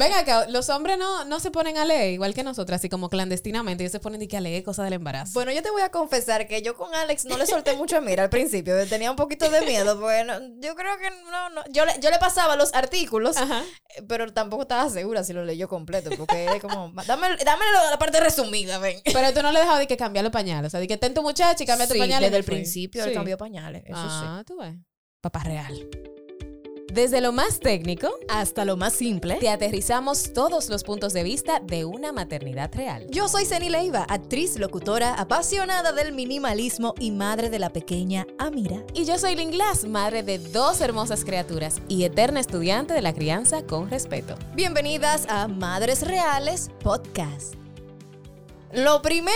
Ven acá, los hombres no se ponen a leer igual que nosotras, así como clandestinamente. Ellos se ponen a leer cosas del embarazo. Bueno, yo te voy a confesar que yo con Alex no le solté mucho a Mira al principio. Tenía un poquito de miedo. Bueno, yo creo que no. Yo le pasaba los artículos, pero tampoco estaba segura si lo leyó completo. Porque era como, dame la parte resumida, ven. Pero tú no le dejabas de que cambiar los pañales. O sea, de que ten tu muchacha y cambia tu pañales. Desde el principio él cambió pañales. Eso sí. Tú ves. Papá real. Desde lo más técnico hasta lo más simple, te aterrizamos todos los puntos de vista de una maternidad real. Yo soy Ceni Leiva, actriz, locutora, apasionada del minimalismo y madre de la pequeña Amira. Y yo soy Lynn Glass, madre de 2 hermosas criaturas y eterna estudiante de la crianza con respeto. Bienvenidas a Madres Reales Podcast. Lo primero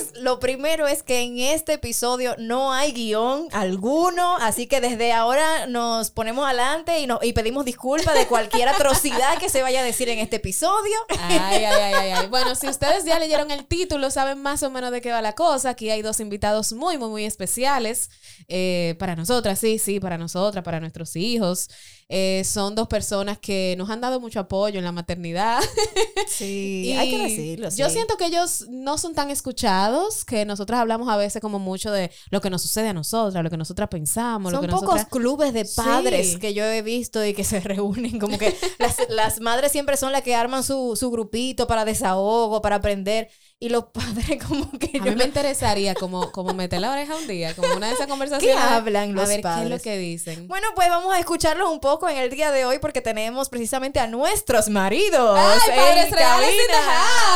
es que en este episodio no hay guión alguno, así que desde ahora nos ponemos adelante y pedimos disculpas de cualquier atrocidad que se vaya a decir en este episodio. Ay. Bueno, si ustedes ya leyeron el título, saben más o menos de qué va la cosa. Aquí hay 2 invitados muy, muy, muy especiales para nosotras, sí, para nosotras, para nuestros hijos. Son 2 personas que nos han dado mucho apoyo en la maternidad. Sí, hay que decirlo. Sí. Yo siento que ellos no son tan escuchados, que nosotras hablamos a veces como mucho de lo que nos sucede a nosotras, lo que nosotras pensamos. Son lo que pocos clubes de padres que yo he visto y que se reúnen, como que las madres siempre son las que arman su grupito para desahogo, para aprender. Y los padres como que... A mí me interesaría como meter la oreja un día, como una de esas conversaciones. ¿Qué hablan los padres? A ver qué es lo que dicen. Bueno, pues vamos a escucharlos un poco en el día de hoy porque tenemos precisamente a nuestros maridos. ¡Ay, padres reales in the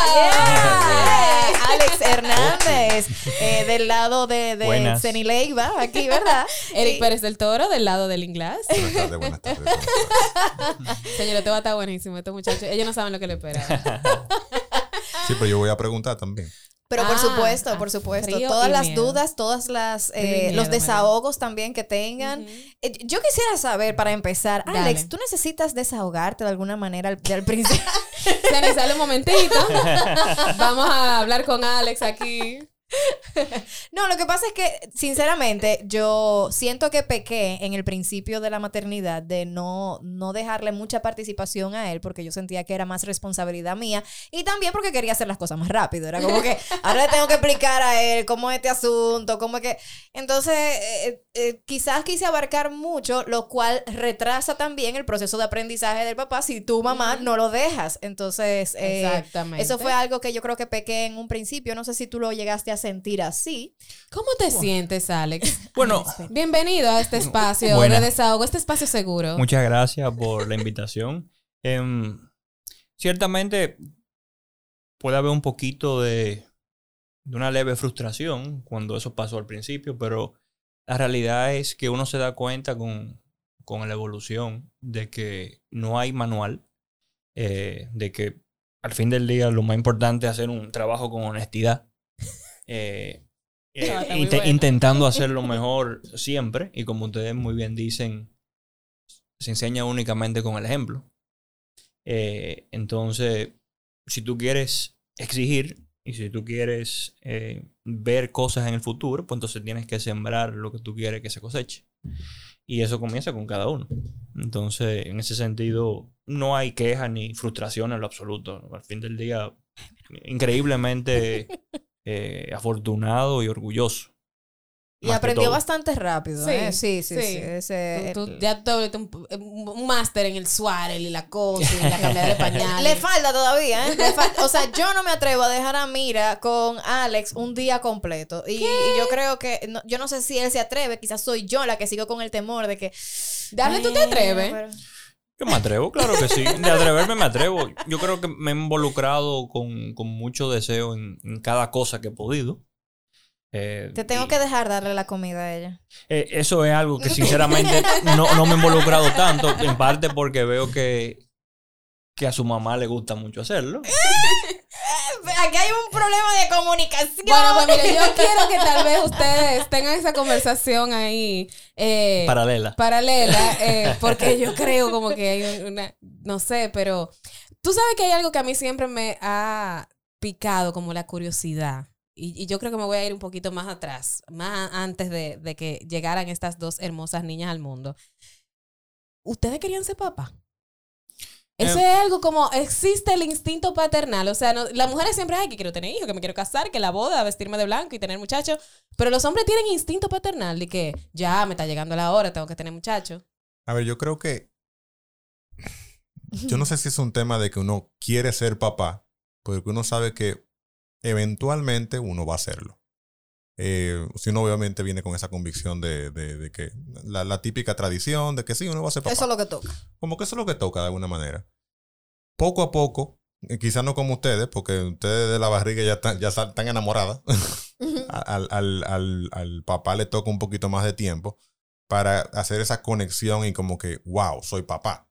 house! Alex Hernández, del lado de Ceni Leiva, aquí, ¿verdad? Eric Pérez del Toro, del lado del Inglés. Buenas tardes. Señor, esto va a estar buenísimo, estos muchachos. Ellos no saben lo que le esperan. Sí, pero yo voy a preguntar también. Pero por supuesto, todas las dudas, todas las los desahogos también que tengan. Yo quisiera saber, para empezar, Dale. Alex, ¿tú necesitas desahogarte de alguna manera al principio? Se sale un momentito. Vamos a hablar con Alex aquí. No, lo que pasa es que, sinceramente, yo siento que pequé en el principio de la maternidad de no dejarle mucha participación a él porque yo sentía que era más responsabilidad mía y también porque quería hacer las cosas más rápido. Era como que ahora le tengo que explicar a él cómo es este asunto, cómo es que... Entonces, quizás quise abarcar mucho, lo cual retrasa también el proceso de aprendizaje del papá si tu mamá no lo dejas. Entonces, exactamente. Eso fue algo que yo creo que pequé en un principio. No sé si tú lo llegaste a sentir así. ¿Cómo te sientes, Alex? Bueno, bienvenido a este espacio de desahogo, este espacio seguro. Muchas gracias por la invitación. Ciertamente puede haber un poquito de una leve frustración cuando eso pasó al principio, pero la realidad es que uno se da cuenta con la evolución de que no hay manual, de que al fin del día lo más importante es hacer un trabajo con honestidad. Intentando hacerlo mejor siempre, y como ustedes muy bien dicen, se enseña únicamente con el ejemplo. Entonces, si tú quieres exigir y si tú quieres ver cosas en el futuro, pues entonces tienes que sembrar lo que tú quieres que se coseche, y eso comienza con cada uno. Entonces, en ese sentido, no hay queja ni frustración en lo absoluto. Al fin del día, increíblemente afortunado y orgulloso. Y aprendió bastante rápido. Sí. Tú ya te un máster en el Swaddle y la cosa y la cambiada de pañales. Le falta todavía, ¿eh? O sea, yo no me atrevo a dejar a Mira con Alex un día completo. Y yo creo que, yo no sé si él se atreve, quizás soy yo la que sigo con el temor de que... Dale, tú te atreves. Yo me atrevo, claro que sí. De atreverme me atrevo. Yo creo que me he involucrado con mucho deseo en cada cosa que he podido. Te tengo que dejar darle la comida a ella. Eso es algo que sinceramente no me he involucrado tanto, en parte porque veo que a su mamá le gusta mucho hacerlo. Aquí hay un problema de comunicación. Bueno, pues mire, yo quiero que tal vez ustedes tengan esa conversación ahí paralela, porque yo creo como que hay una, no sé, pero tú sabes que hay algo que a mí siempre me ha picado, como la curiosidad. Y yo creo que me voy a ir un poquito más atrás, más antes de que llegaran estas 2 hermosas niñas al mundo. ¿Ustedes querían ser papá? Eso es algo como, existe el instinto paternal. O sea, las mujeres siempre, ay, que quiero tener hijos, que me quiero casar, que la boda, vestirme de blanco y tener muchachos. Pero los hombres tienen instinto paternal de que ya me está llegando la hora, tengo que tener muchachos. A ver, yo creo que... Yo no sé si es un tema de que uno quiere ser papá, porque uno sabe que eventualmente uno va a serlo. Si uno obviamente viene con esa convicción de que la típica tradición de que sí, uno va a ser papá. Eso es lo que toca. Como que eso es lo que toca de alguna manera. Poco a poco, quizás no como ustedes, porque ustedes de la barriga ya están enamoradas. Al papá le toca un poquito más de tiempo para hacer esa conexión y como que, wow, soy papá.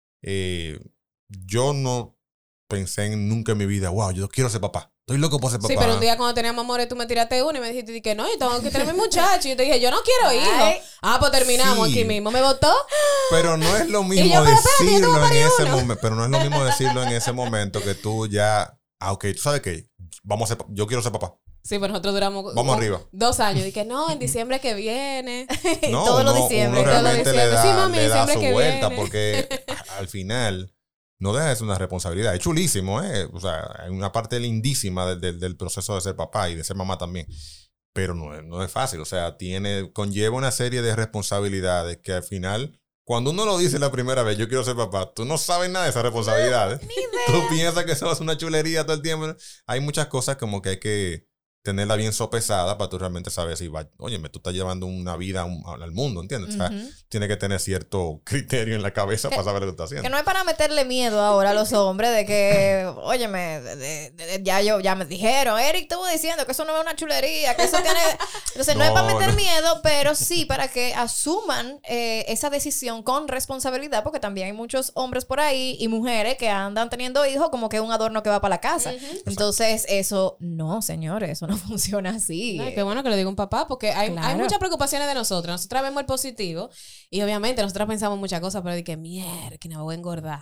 Yo no pensé nunca en mi vida, wow, yo quiero ser papá. Estoy loco por ser papá. Sí, pero un día cuando teníamos amores tú me tiraste uno y me dijiste que no, yo tengo que tener mi muchacho. Y yo te dije, yo no quiero hijos. Pues terminamos Sí. aquí mismo. Me votó. Pero no es lo mismo yo, pero espérate, yo decirlo tengo en ese uno. momento. Pero no es lo mismo decirlo en ese momento que tú ya... ok, tú sabes que yo quiero ser papá. Sí, pues nosotros duramos Vamos arriba. 2 años. Dije, no, en diciembre que viene. No, Todos los uno diciembre. realmente le da, Sí, mami, le da diciembre su que vuelta viene. porque al final no deja de ser una responsabilidad. Es chulísimo, ¿eh? O sea, hay una parte lindísima del proceso de ser papá y de ser mamá también. Pero no es fácil. O sea, conlleva una serie de responsabilidades que al final, cuando uno lo dice la primera vez, yo quiero ser papá, tú no sabes nada de esas responsabilidades. Tú piensas que eso es una chulería todo el tiempo. Hay muchas cosas como que hay que tenerla bien sopesada para tú realmente saber si óyeme, tú estás llevando una vida al mundo, ¿entiendes? O sea, tiene que tener cierto criterio en la cabeza para saber lo que tú estás haciendo. Que no es para meterle miedo ahora a los hombres de que, óyeme, ya me dijeron, Eric estuvo diciendo que eso no es una chulería, que eso tiene... Entonces no es para meter miedo, pero sí para que asuman esa decisión con responsabilidad, porque también hay muchos hombres por ahí y mujeres que andan teniendo hijos como que es un adorno que va para la casa. Entonces eso, no, señores, eso no funciona así. Ay, qué bueno que lo diga un papá, porque hay muchas preocupaciones de nosotros. Nosotras vemos el positivo y obviamente nosotras pensamos muchas cosas, pero de que mierda, me voy a engordar.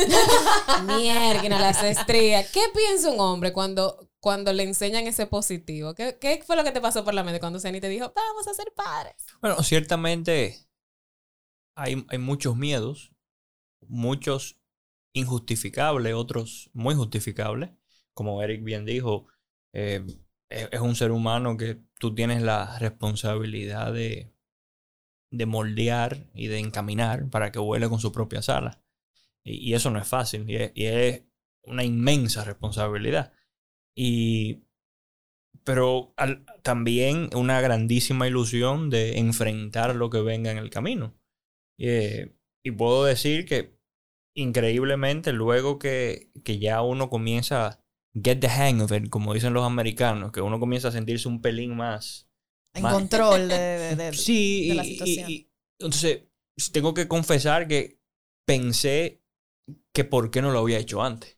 Mierda, las estrías. ¿Qué piensa un hombre cuando le enseñan ese positivo? ¿Qué fue lo que te pasó por la mente cuando Ceni te dijo, vamos a ser padres? Bueno, ciertamente hay muchos miedos, muchos injustificables, otros muy justificables. Como Eric bien dijo, es un ser humano que tú tienes la responsabilidad de moldear y de encaminar para que vuele con su propia alas. Y eso no es fácil, y es una inmensa responsabilidad. Pero también una grandísima ilusión de enfrentar lo que venga en el camino. Y puedo decir que increíblemente luego que ya uno comienza a get the hang of it, como dicen los americanos, que uno comienza a sentirse un pelín más En control de sí, de la situación. Entonces tengo que confesar que pensé que por qué no lo había hecho antes.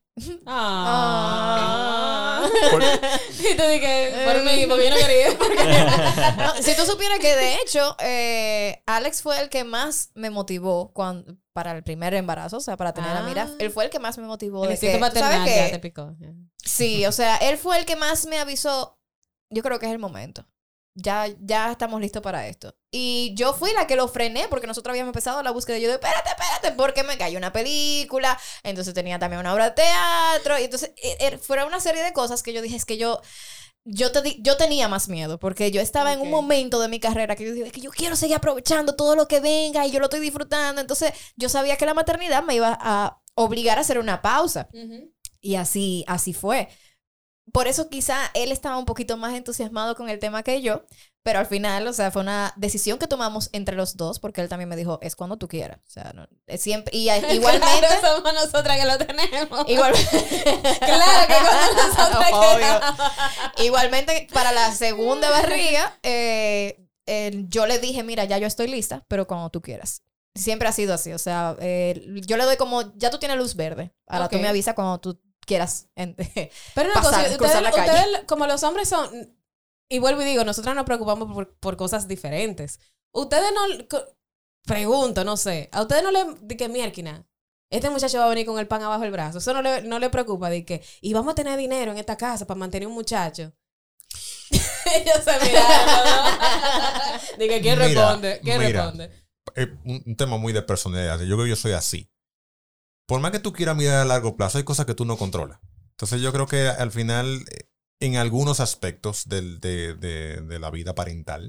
Y te dije, por mí, porque yo no quería. No, si tú supieras que de hecho Alex fue el que más me motivó para el primer embarazo, o sea, para tener a Mira, él fue el que más me motivó. El de instinto que, paternal ¿sabes qué? ya te picó. Sí, o sea, él fue el que más me avisó. Yo creo que es el momento. Ya estamos listos para esto. Y yo fui la que lo frené porque nosotros habíamos empezado la búsqueda. Y yo dije, espérate, porque me cayó una película. Entonces tenía también una obra de teatro. Y entonces fuera una serie de cosas que yo dije, es que yo tenía más miedo porque yo estaba en un momento de mi carrera que yo dije, es que yo quiero seguir aprovechando todo lo que venga y yo lo estoy disfrutando. Entonces yo sabía que la maternidad me iba a obligar a hacer una pausa. Y así fue. Por eso quizá él estaba un poquito más entusiasmado con el tema que yo, pero al final, o sea, fue una decisión que tomamos entre los dos, porque él también me dijo, es cuando tú quieras. O sea, no, es siempre, y igualmente... Claro, somos nosotras que lo tenemos. Claro que cuando nosotras queramos. Igualmente, para la segunda barriga, yo le dije, mira, ya yo estoy lista, pero cuando tú quieras. Siempre ha sido así, o sea, yo le doy como, ya tú tienes luz verde. Ahora tú me avisas cuando tú quieras pero una pasar, cruzar la calle. Ustedes, como los hombres son, y vuelvo y digo, nosotros nos preocupamos por cosas diferentes. Ustedes no, pregunto, no sé, a ustedes no le, de que miérquina, este muchacho va a venir con el pan abajo el brazo, eso no le preocupa, de que, y vamos a tener dinero en esta casa para mantener un muchacho. Ellos se miraron, ¿no? De que, ¿quién responde? ¿Quién responde? Es un tema muy de personalidad. Yo creo que yo soy así. por más que tú quieras mirar a largo plazo, hay cosas que tú no controlas. Entonces yo creo que al final, en algunos aspectos de la vida parental,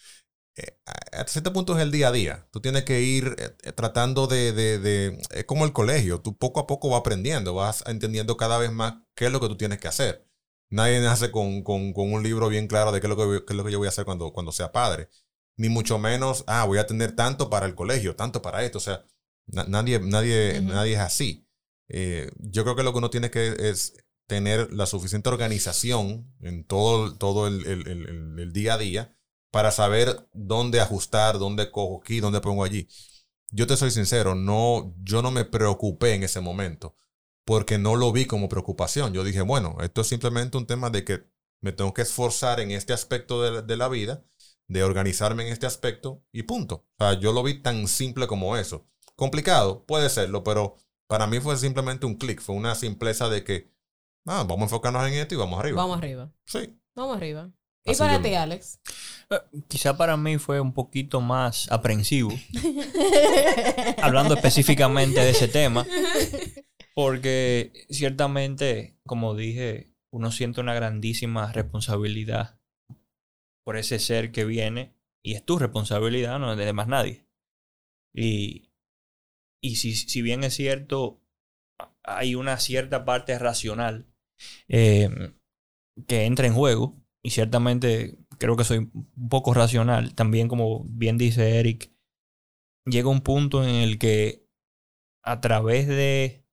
a cierto punto es el día a día. Tú tienes que ir tratando es como el colegio. Tú poco a poco vas aprendiendo, vas entendiendo cada vez más qué es lo que tú tienes que hacer. Nadie nace con un libro bien claro de qué es lo que yo voy a hacer cuando sea padre. Ni mucho menos, voy a tener tanto para el colegio, tanto para esto. O sea, nadie es así. Yo creo que lo que uno tiene que es tener la suficiente organización en todo el día a día para saber dónde ajustar, dónde cojo aquí, dónde pongo allí. Yo te soy sincero, yo no me preocupé en ese momento porque no lo vi como preocupación. Yo dije, bueno, esto es simplemente un tema de que me tengo que esforzar en este aspecto de la vida, de organizarme en este aspecto y punto. O sea, yo lo vi tan simple como eso. Complicado, puede serlo, pero para mí fue simplemente un clic, fue una simpleza de que vamos a enfocarnos en esto y vamos arriba. Vamos arriba. Sí. Vamos arriba. ¿Y Así para ti, Alex? Quizá para mí fue un poquito más aprensivo. Hablando específicamente de ese tema. Porque ciertamente, como dije, uno siente una grandísima responsabilidad por ese ser que viene. Y es tu responsabilidad, no es de más nadie. Y si bien es cierto, hay una cierta parte racional que entra en juego. Y ciertamente creo que soy un poco racional. También, como bien dice Eric, llega un punto en el que a través de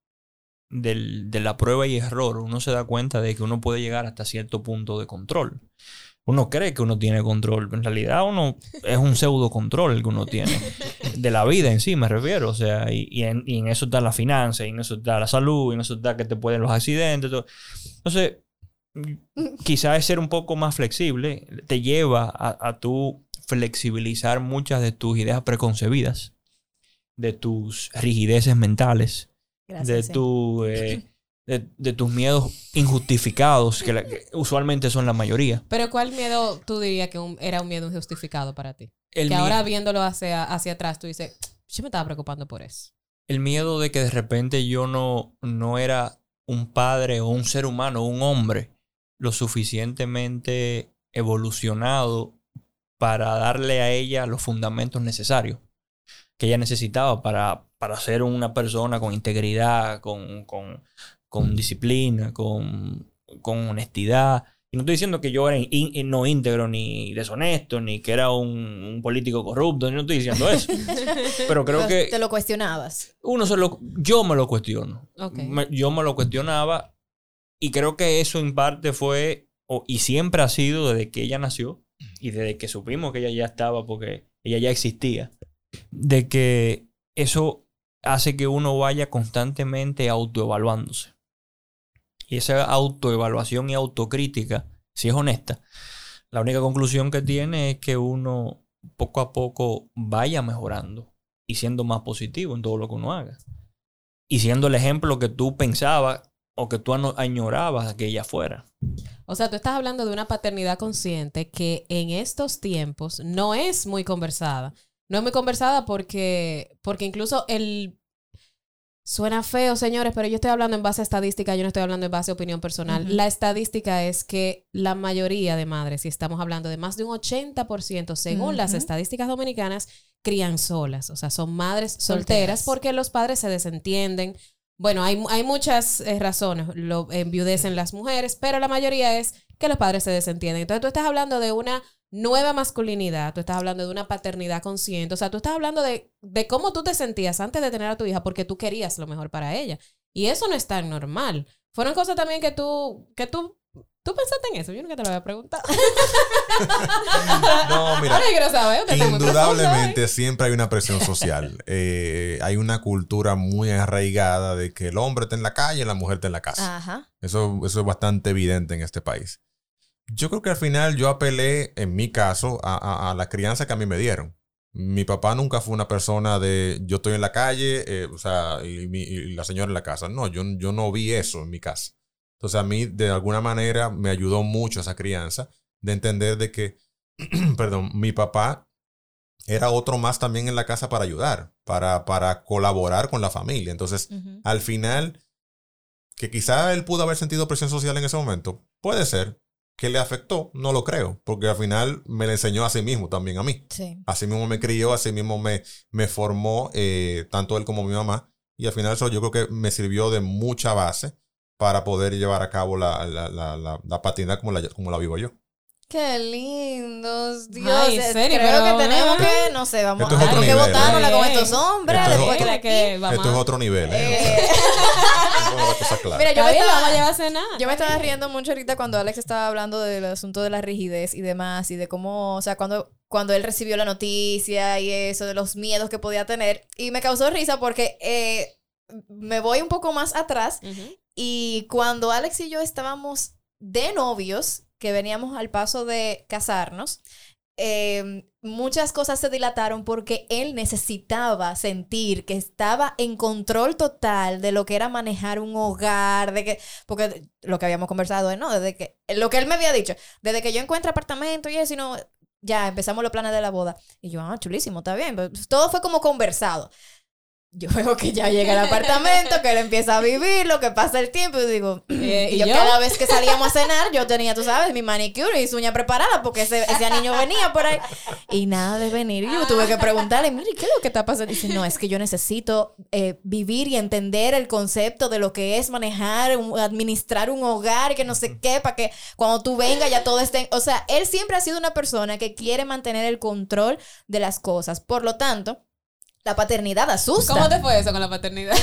la prueba y error uno se da cuenta de que uno puede llegar hasta cierto punto de control. Uno cree que uno tiene control, pero en realidad uno es un pseudo control el que uno tiene. De la vida en sí me refiero. O sea, y en eso está la finanza, y en eso está la salud, y en eso está que te pueden los accidentes. Todo. Entonces, quizás es ser un poco más flexible, te lleva a tú flexibilizar muchas de tus ideas preconcebidas, de tus rigideces mentales. Gracias, de tus miedos injustificados, que usualmente son la mayoría. Pero ¿cuál miedo tú dirías que era un miedo injustificado para ti? Ahora viéndolo hacia atrás tú dices, yo me estaba preocupando por eso. El miedo de que de repente yo no era un padre o un ser humano, un hombre, lo suficientemente evolucionado para darle a ella los fundamentos necesarios que ella necesitaba para ser una persona con integridad, con disciplina, con honestidad. Y no estoy diciendo que yo era no íntegro, ni deshonesto, ni que era un político corrupto, no estoy diciendo eso. Pero creo que... ¿Te lo cuestionabas? Yo me lo cuestiono. Okay. Yo me lo cuestionaba. Y creo que eso en parte fue, y siempre ha sido desde que ella nació, y desde que supimos que ella ya estaba, porque ella ya existía, de que eso hace que uno vaya constantemente autoevaluándose. Y esa autoevaluación y autocrítica, si es honesta, la única conclusión que tiene es que uno poco a poco vaya mejorando y siendo más positivo en todo lo que uno haga. Y siendo el ejemplo que tú pensabas o que tú añorabas que ella fuera. O sea, tú estás hablando de una paternidad consciente que en estos tiempos no es muy conversada. No es muy conversada porque incluso suena feo, señores, pero yo estoy hablando en base a estadística, yo no estoy hablando en base a opinión personal. Uh-huh. La estadística es que la mayoría de madres, si estamos hablando de más de un 80%, según las estadísticas dominicanas, crían solas. O sea, son madres solteras porque los padres se desentienden. Bueno, hay muchas razones. Enviudecen las mujeres, pero la mayoría es que los padres se desentienden. Entonces tú estás hablando de una nueva masculinidad, tú estás hablando de una paternidad consciente, o sea, tú estás hablando de cómo tú te sentías antes de tener a tu hija porque tú querías lo mejor para ella. Y eso no es tan normal. Fueron cosas también que tú pensaste en eso. Yo nunca te lo había preguntado. No, mira, quiero saber, indudablemente siempre hay una presión social. Hay una cultura muy arraigada de que el hombre está en la calle y la mujer está en la casa. Ajá. Eso es bastante evidente en este país. Yo creo que al final yo apelé, en mi caso, a la crianza que a mí me dieron. Mi papá nunca fue una persona de yo estoy en la calle, y la señora en la casa. No, yo no vi eso en mi casa. Entonces a mí de alguna manera me ayudó mucho esa crianza de entender de que, perdón, mi papá era otro más también en la casa para ayudar, para colaborar con la familia. Entonces, al final, que quizá él pudo haber sentido presión social en ese momento, puede ser que le afectó, no lo creo, porque al final me le enseñó a sí mismo también a mí. Sí. Así mismo me crió, así mismo me formó, tanto él como mi mamá, y al final eso yo creo que me sirvió de mucha base para poder llevar a cabo la paternidad como la vivo yo. Qué lindos, Dios. Ay, ¿en serio? Creo Pero, que tenemos que, no sé, vamos Esto es otro a que nivel, votárnosla con ¿eh? estos hombres. Esto es después otro- de aquí. vamos Esto es otro nivel. Vamos a ver cosas claras. Mira, yo Está me bien, lo estaba- vamos a llevar a cenar. Yo me estaba riendo mucho ahorita cuando Alex estaba hablando del asunto de la rigidez y demás, y de cómo, o sea, cuando él recibió la noticia y eso, de los miedos que podía tener. Y me causó risa porque me voy un poco más atrás, Ujú. y cuando Alex y yo estábamos de novios, que veníamos al paso de casarnos, muchas cosas se dilataron porque él necesitaba sentir que estaba en control total de lo que era manejar un hogar, porque lo que habíamos conversado, ¿no? Desde que, lo que él me había dicho, desde que yo encuentro apartamento y eso, y no, ya empezamos los planes de la boda. Y yo, chulísimo, está bien. Pues, todo fue como conversado. Yo veo que ya llega el apartamento, que él empieza a vivir, lo que pasa el tiempo, y digo, y yo cada vez que salíamos a cenar, yo tenía, tú sabes, mi manicure y su uña preparada, porque ese niño venía por ahí, y nada de venir. Y yo tuve que preguntarle, mire, ¿qué es lo que está pasando? Y dice, no, es que yo necesito vivir y entender el concepto de lo que es manejar, administrar un hogar, que no sé qué, para que cuando tú vengas ya todo esté... O sea, él siempre ha sido una persona que quiere mantener el control de las cosas. Por lo tanto, la paternidad asusta. ¿Cómo te fue eso con la paternidad?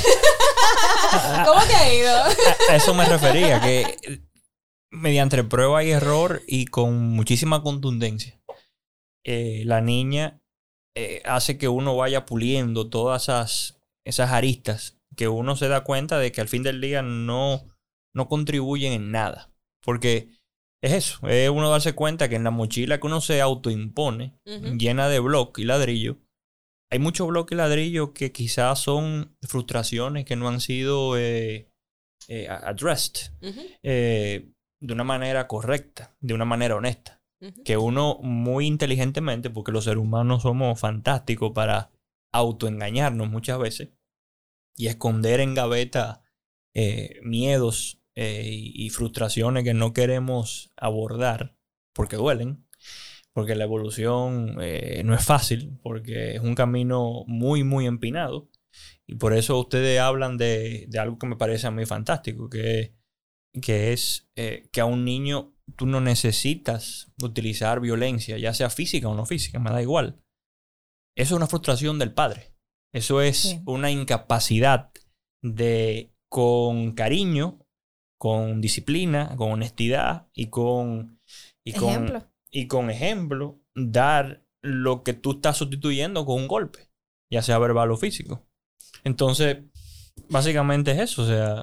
¿Cómo te ha ido? A eso me refería, que mediante prueba y error y con muchísima contundencia, la niña hace que uno vaya puliendo todas esas aristas, que uno se da cuenta de que al fin del día no contribuyen en nada. Porque es eso, es uno darse cuenta que en la mochila que uno se autoimpone, llena de bloques y ladrillo, hay muchos bloques y ladrillos que quizás son frustraciones que no han sido addressed de una manera correcta, de una manera honesta. Que uno muy inteligentemente, porque los seres humanos somos fantásticos para autoengañarnos muchas veces y esconder en gaveta miedos y frustraciones que no queremos abordar porque duelen. Porque la evolución no es fácil, porque es un camino muy, muy empinado. Y por eso ustedes hablan de algo que me parece a mí fantástico, que es que a un niño tú no necesitas utilizar violencia, ya sea física o no física, me da igual. Eso es una frustración del padre. Eso es una incapacidad de, con cariño, con disciplina, con honestidad y con ejemplo, dar lo que tú estás sustituyendo con un golpe, ya sea verbal o físico. Entonces, básicamente es eso. O sea,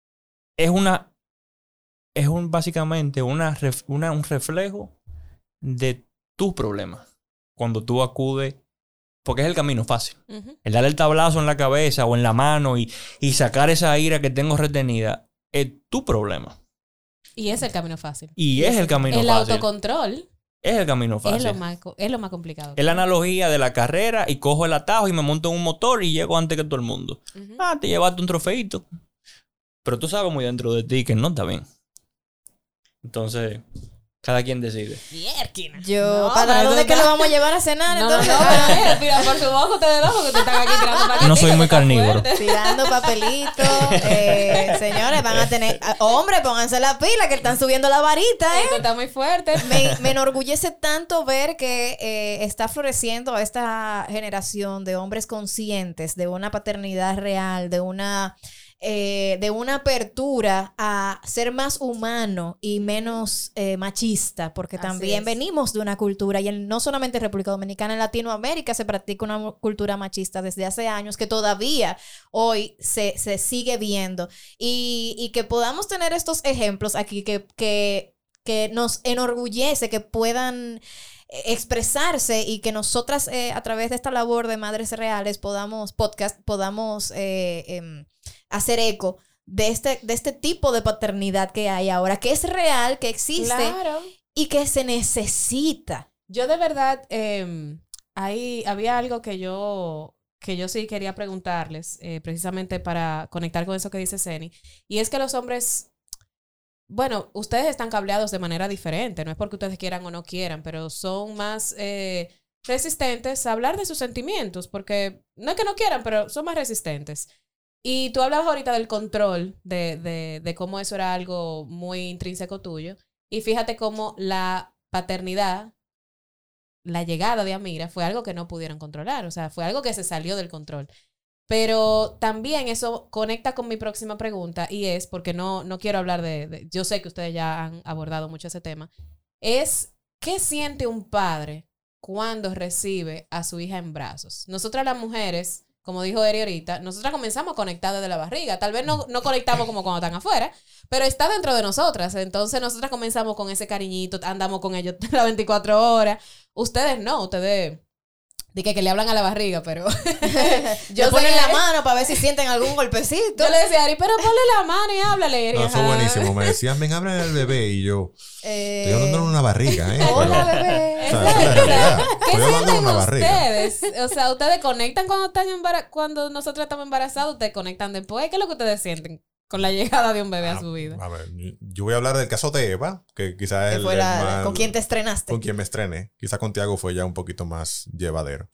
básicamente un reflejo de tus problemas cuando tú acudes, porque es el camino fácil. El darle el tablazo en la cabeza o en la mano y sacar esa ira que tengo retenida es tu problema. Y es el camino fácil. Y es el camino el fácil. autocontrol Es el camino fácil. es lo más complicado. Es la analogía de la carrera y cojo el atajo y me monto en un motor y llego antes que todo el mundo. Te llevaste un trofeito. Pero tú sabes muy dentro de ti que no está bien. Entonces, cada quien decide. Yo, ¿para dónde que lo vamos a llevar a cenar? Entonces, Mira, por su boca ustedes dos, porque ustedes están aquí tirando paquetitos. No soy muy carnívoro. tirando papelitos. Señores, van a tener... Hombre, pónganse la pila que están subiendo la varita, Esto está muy fuerte. Me enorgullece tanto ver que está floreciendo esta generación de hombres conscientes de una paternidad real, de una apertura a ser más humano y menos machista, porque también venimos de una cultura, y no solamente en República Dominicana, en Latinoamérica se practica una cultura machista desde hace años que todavía hoy se sigue viendo, y que podamos tener estos ejemplos aquí que nos enorgullece que puedan expresarse, y que nosotras a través de esta labor de Madres Reales podamos hacer eco de este tipo de paternidad que hay ahora, que es real, que existe, Claro. y que se necesita. Yo de verdad había algo que yo sí quería preguntarles, precisamente para conectar con eso que dice Zeni, y es que los hombres, bueno, ustedes están cableados de manera diferente, no es porque ustedes quieran o no quieran, pero son más resistentes a hablar de sus sentimientos, porque no es que no quieran, pero son más resistentes. Y tú hablabas ahorita del control, de cómo eso era algo muy intrínseco tuyo, y fíjate cómo la paternidad, la llegada de Amira fue algo que no pudieron controlar, o sea, fue algo que se salió del control. Pero también eso conecta con mi próxima pregunta, y es, porque no quiero hablar yo sé que ustedes ya han abordado mucho ese tema, es, ¿qué siente un padre cuando recibe a su hija en brazos? Nosotras las mujeres, como dijo Eri ahorita, nosotras comenzamos a conectar desde la barriga, tal vez no conectamos como cuando están afuera, pero está dentro de nosotras, entonces nosotras comenzamos con ese cariñito, andamos con ellos las 24 horas, ustedes no, ustedes... Dije que le hablan a la barriga, pero... Le ponen la mano para ver si sienten algún golpecito. Yo le decía a Ari, pero ponle la mano y háblale. No, eso es buenísimo. Me decían, ven, háblale al bebé. Y yo, estoy hablando en una barriga, ¿eh? Hola, bebé. O sea, esa es la realidad. ¿Qué Estoy hablando en una barriga. ustedes? O sea, ustedes conectan cuando nosotros estamos embarazados, ustedes conectan después. ¿Qué es lo que ustedes sienten con la llegada de un bebé a su vida? A ver, yo voy a hablar del caso de Eva, que quizás es ¿Con quién te estrenaste? Con quien me estrené. Quizás con Tiago fue ya un poquito más llevadero.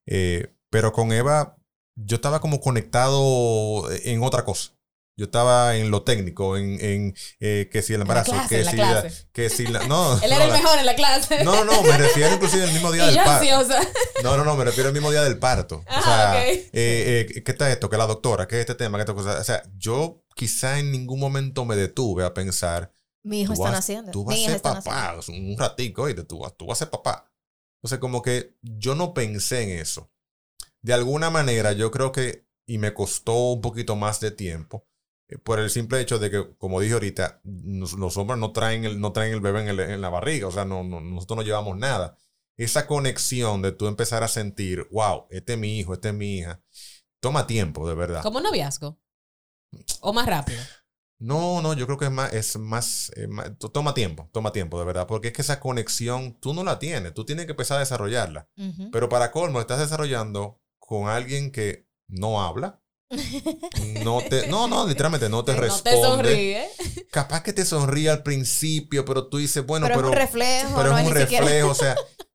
Pero con Eva, yo estaba como conectado en otra cosa. Yo estaba en lo técnico, en que si el embarazo, que si la, no. Él era el mejor en la clase. No, me refiero inclusive al mismo día y del yo parto. ansiosa. No, me refiero al mismo día del parto. Ajá, o sea, okay. ¿qué está esto? ¿Qué la doctora? ¿Qué es este tema? ¿Qué esta cosa? O sea, yo quizá en ningún momento me detuve a pensar. Mi hijo está naciendo. Tú vas a ser papá. Un ratico, oíste, tú vas a ser papá. Entonces, como que yo no pensé en eso. De alguna manera, yo creo que, y me costó un poquito más de tiempo, por el simple hecho de que, como dije ahorita, los hombres no traen el bebé en la barriga, o sea, nosotros no llevamos nada. Esa conexión de tú empezar a sentir, wow, este es mi hijo, este es mi hija, toma tiempo, de verdad. ¿Como un noviazgo? ¿O más rápido? No, yo creo que toma tiempo, de verdad, porque es que esa conexión tú no la tienes, tú tienes que empezar a desarrollarla. Uh-huh. Pero para colmo, estás desarrollando con alguien que no habla. Literalmente no te responde. No te sonríe. Capaz que te sonríe al principio, pero tú dices, bueno, pero es un reflejo. Pero no es un reflejo, siquiera. o sea,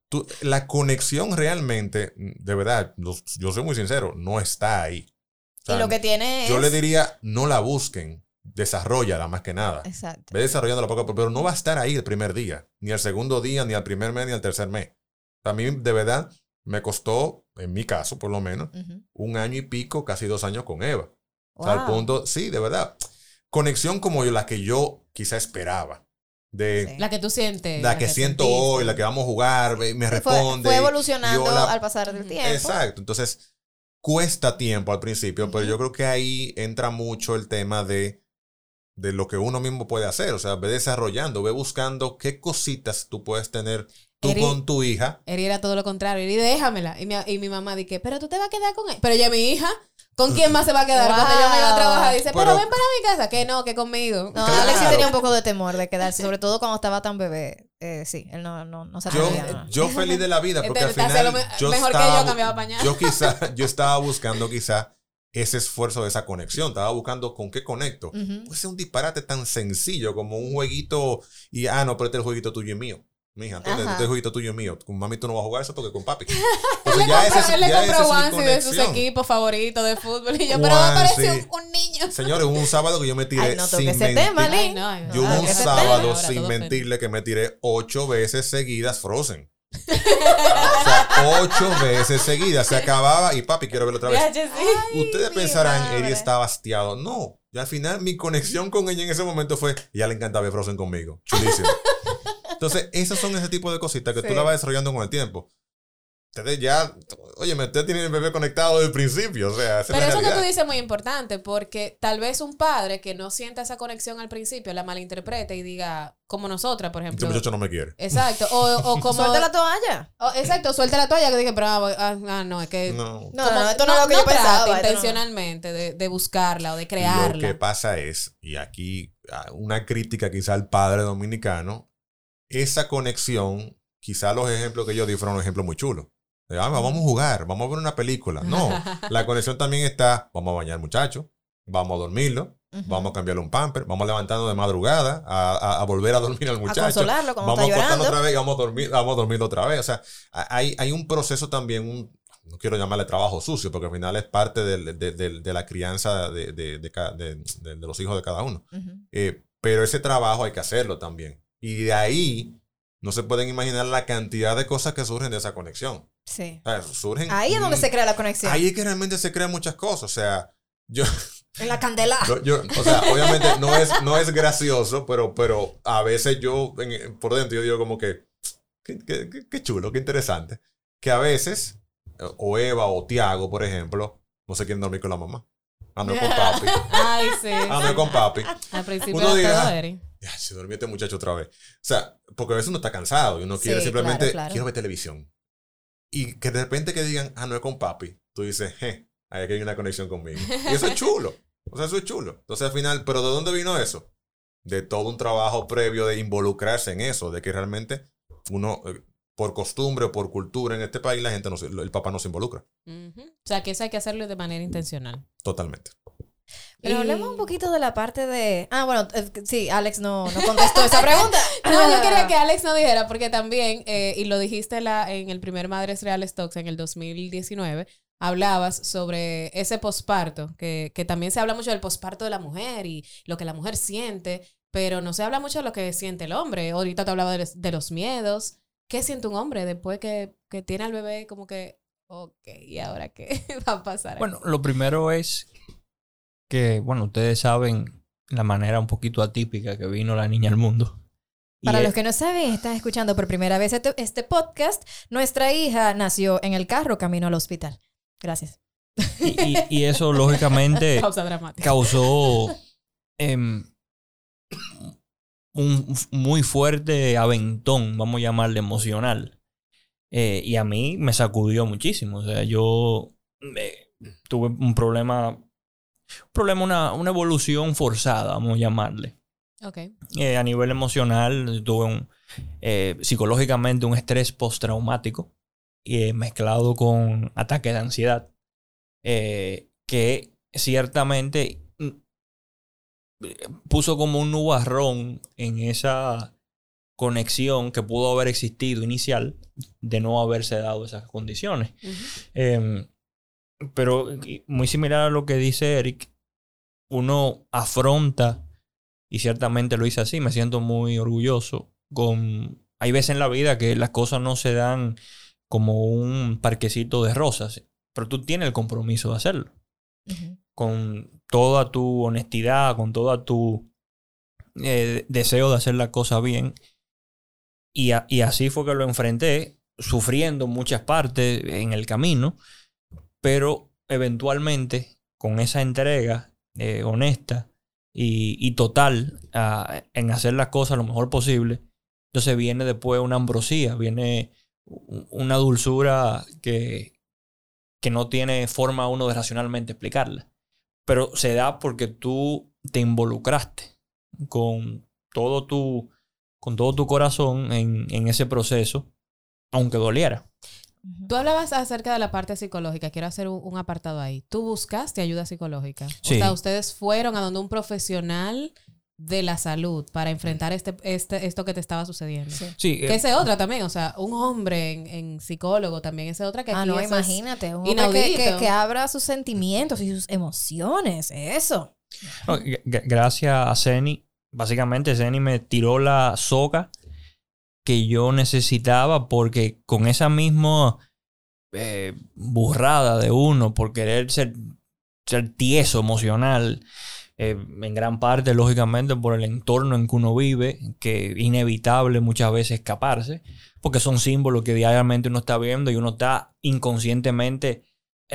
la conexión realmente, de verdad, yo soy muy sincero, no está ahí. O sea, y lo que tiene yo le diría, no la busquen, desarrollala más que nada. Exacto. Ve desarrollándola poco a poco, pero no va a estar ahí el primer día, ni el segundo día, ni al primer mes, ni al tercer mes. A mí, de verdad, me costó, en mi caso, por lo menos, 1 año y pico, casi 2 años con Eva. Wow. O sea, al punto, sí, de verdad. Conexión como la que yo quizá esperaba. Sí. La que tú sientes. La que siento hoy, la que vamos a jugar, me responde. Fue evolucionando al pasar del tiempo. Exacto. Entonces, cuesta tiempo al principio, pero yo creo que ahí entra mucho el tema de lo que uno mismo puede hacer. O sea, ve desarrollando, ve buscando qué cositas tú puedes tener tú con tu hija. Eri era todo lo contrario. Eri, déjamela. Y mi mamá dice, pero tú te vas a quedar con él. Pero ya mi hija, ¿con quién más se va a quedar? Wow. Cuando yo me iba a trabajar, dice, pero ven para mi casa. Que no, que conmigo. No, claro. Alexis tenía un poco de temor de quedarse, sobre todo cuando estaba tan bebé. Sí, él no se atrevía. Yo feliz de la vida, porque al final mejor que yo cambiaba pañal. Yo estaba buscando quizá ese esfuerzo de esa conexión. Estaba buscando con qué conecto. Puede ser un disparate tan sencillo como un jueguito y, no, pero este es el jueguito tuyo y mío. Mija, entonces este jueguito tuyo y mío. Con mami tú no vas a jugar eso porque con papi. Entonces, él le compró Wansi de sus equipos favoritos de fútbol. Y yo, pero me parece un niño. Señores, hubo un sábado que yo me tiré sin mentir. Yo hubo un sábado sin mentirle que me tiré 8 veces seguidas Frozen. O sea, 8 veces seguidas. Se acababa y papi, quiero verlo otra vez. Ustedes pensarán, Eri está hastiado. No. Y al final mi conexión con ella en ese momento fue, ella le encanta ver Frozen conmigo. Chulísimo. Entonces, esas son ese tipo de cositas que tú la vas desarrollando con el tiempo. Ustedes ya, ustedes tienen el bebé conectado desde el principio, o sea, pero eso que tú dices es muy importante, porque tal vez un padre que no sienta esa conexión al principio la malinterprete y diga, como nosotras, por ejemplo. Este muchacho no me quiere. Exacto, o como... Suelta la toalla. Exacto, suelta la toalla, que dije, pero no, es que... No, esto no es lo que yo pensaba. Intencionalmente de buscarla o de crearla. Lo que pasa es, y aquí una crítica quizá al padre dominicano, esa conexión, quizá los ejemplos que yo di fueron un ejemplo muy chulo. Vamos a jugar, vamos a ver una película. No, la conexión también está, vamos a bañar al muchacho, vamos a dormirlo, vamos a cambiarle un pamper, vamos levantando de madrugada a volver a dormir al muchacho. A consolarlo cuando vamos está llorando. otra vez y vamos a dormir otra vez. O sea, hay un proceso también, no quiero llamarle trabajo sucio, porque al final es parte de la crianza de los hijos de cada uno. Pero ese trabajo hay que hacerlo también. Y de ahí no se pueden imaginar la cantidad de cosas que surgen de esa conexión. Sí. O sea, surgen. Ahí es donde se crea la conexión. Ahí es que realmente se crean muchas cosas. O sea, En la candela. o sea, obviamente no es gracioso, pero a veces yo, por dentro, yo digo como que, qué chulo, qué interesante. Que a veces, o Eva o Tiago, por ejemplo, no se quieren dormir con la mamá. No con papi. Ay, sí. No con papi. Al principio Uno era todo dirá, Eri. se durmió este muchacho otra vez. O sea, porque a veces uno está cansado y uno quiere Sí, simplemente, claro. quiero ver televisión. Y que de repente que digan, no es con papi. Tú dices, ahí hay una conexión conmigo. Y eso es chulo. O sea, eso es chulo. Entonces al final, ¿pero de dónde vino eso? De todo un trabajo previo de involucrarse en eso, de que realmente uno, por costumbre o por cultura en este país, la gente el papá no se involucra. O sea, que eso hay que hacerlo de manera intencional. Totalmente. Pero hablemos un poquito de la parte de... bueno, sí, Alex no contestó esa pregunta. No, yo quería que Alex no dijera, porque también, y lo dijiste en el primer Madres Reales Talks en el 2019, hablabas sobre ese posparto, que también se habla mucho del posparto de la mujer y lo que la mujer siente, pero no se habla mucho de lo que siente el hombre. Ahorita te hablaba de los miedos. ¿Qué siente un hombre después que tiene al bebé como que, ok, ¿y ahora qué va a pasar? Bueno, lo primero es que, bueno, ustedes saben la manera un poquito atípica que vino la niña al mundo. Para los que no saben, están escuchando por primera vez este podcast. Nuestra hija nació en el carro camino al hospital. Gracias. Y eso, lógicamente, Pausa dramática. causó un muy fuerte aventón, vamos a llamarle emocional. Y a mí me sacudió muchísimo. O sea, yo tuve un problema, una evolución forzada, vamos a llamarle. Okay. A nivel emocional, tuve psicológicamente un estrés postraumático mezclado con ataques de ansiedad, que ciertamente puso como un nubarrón en esa conexión que pudo haber existido inicial de no haberse dado esas condiciones. Pero muy similar a lo que dice Eric, uno afronta, y ciertamente lo hice así, me siento muy orgulloso. Hay veces en la vida que las cosas no se dan como un parquecito de rosas, pero tú tienes el compromiso de hacerlo. Con toda tu honestidad, con toda tu deseo de hacer la cosa bien. Y así fue que lo enfrenté, sufriendo muchas partes en el camino, pero eventualmente con esa entrega honesta y total en hacer las cosas lo mejor posible, entonces viene después una ambrosía, viene una dulzura que no tiene forma uno de racionalmente explicarla. Pero se da porque tú te involucraste con todo tu corazón en ese proceso, aunque doliera. Tú hablabas acerca de la parte psicológica. Quiero hacer un apartado ahí. ¿Tú buscaste ayuda psicológica? Sí. O sea, ustedes fueron a donde un profesional de la salud para enfrentar esto que te estaba sucediendo. Sí, que esa es otra también. O sea, un hombre en psicólogo también, esa es otra que aquí No, eso imagínate. Un inaudito. hombre que abra sus sentimientos y sus emociones. Eso. No, gracias a Zeni, básicamente Zeni me tiró la soga que yo necesitaba, porque con esa misma burrada de uno por querer ser tieso emocional, en gran parte lógicamente por el entorno en que uno vive, que es inevitable muchas veces escaparse, porque son símbolos que diariamente uno está viendo y uno está inconscientemente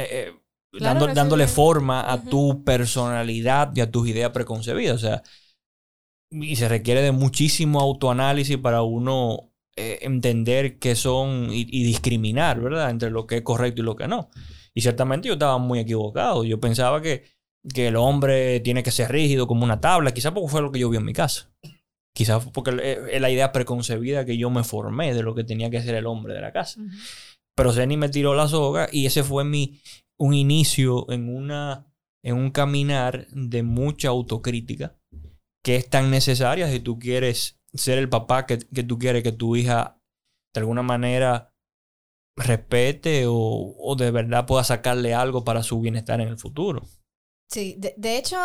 dándole forma a tu personalidad y a tus ideas preconcebidas. O sea, y se requiere de muchísimo autoanálisis para uno entender qué son y discriminar, ¿verdad?, entre lo que es correcto y lo que no. Y ciertamente yo estaba muy equivocado. Yo pensaba que el hombre tiene que ser rígido como una tabla. Quizás porque fue lo que yo vi en mi casa. Quizás porque es la idea preconcebida que yo me formé de lo que tenía que ser el hombre de la casa. Pero Zeni me tiró la soga y ese fue un inicio en un caminar de mucha autocrítica que es tan necesaria si tú quieres ser el papá que tú quieres que tu hija de alguna manera respete o de verdad pueda sacarle algo para su bienestar en el futuro. Sí, de hecho,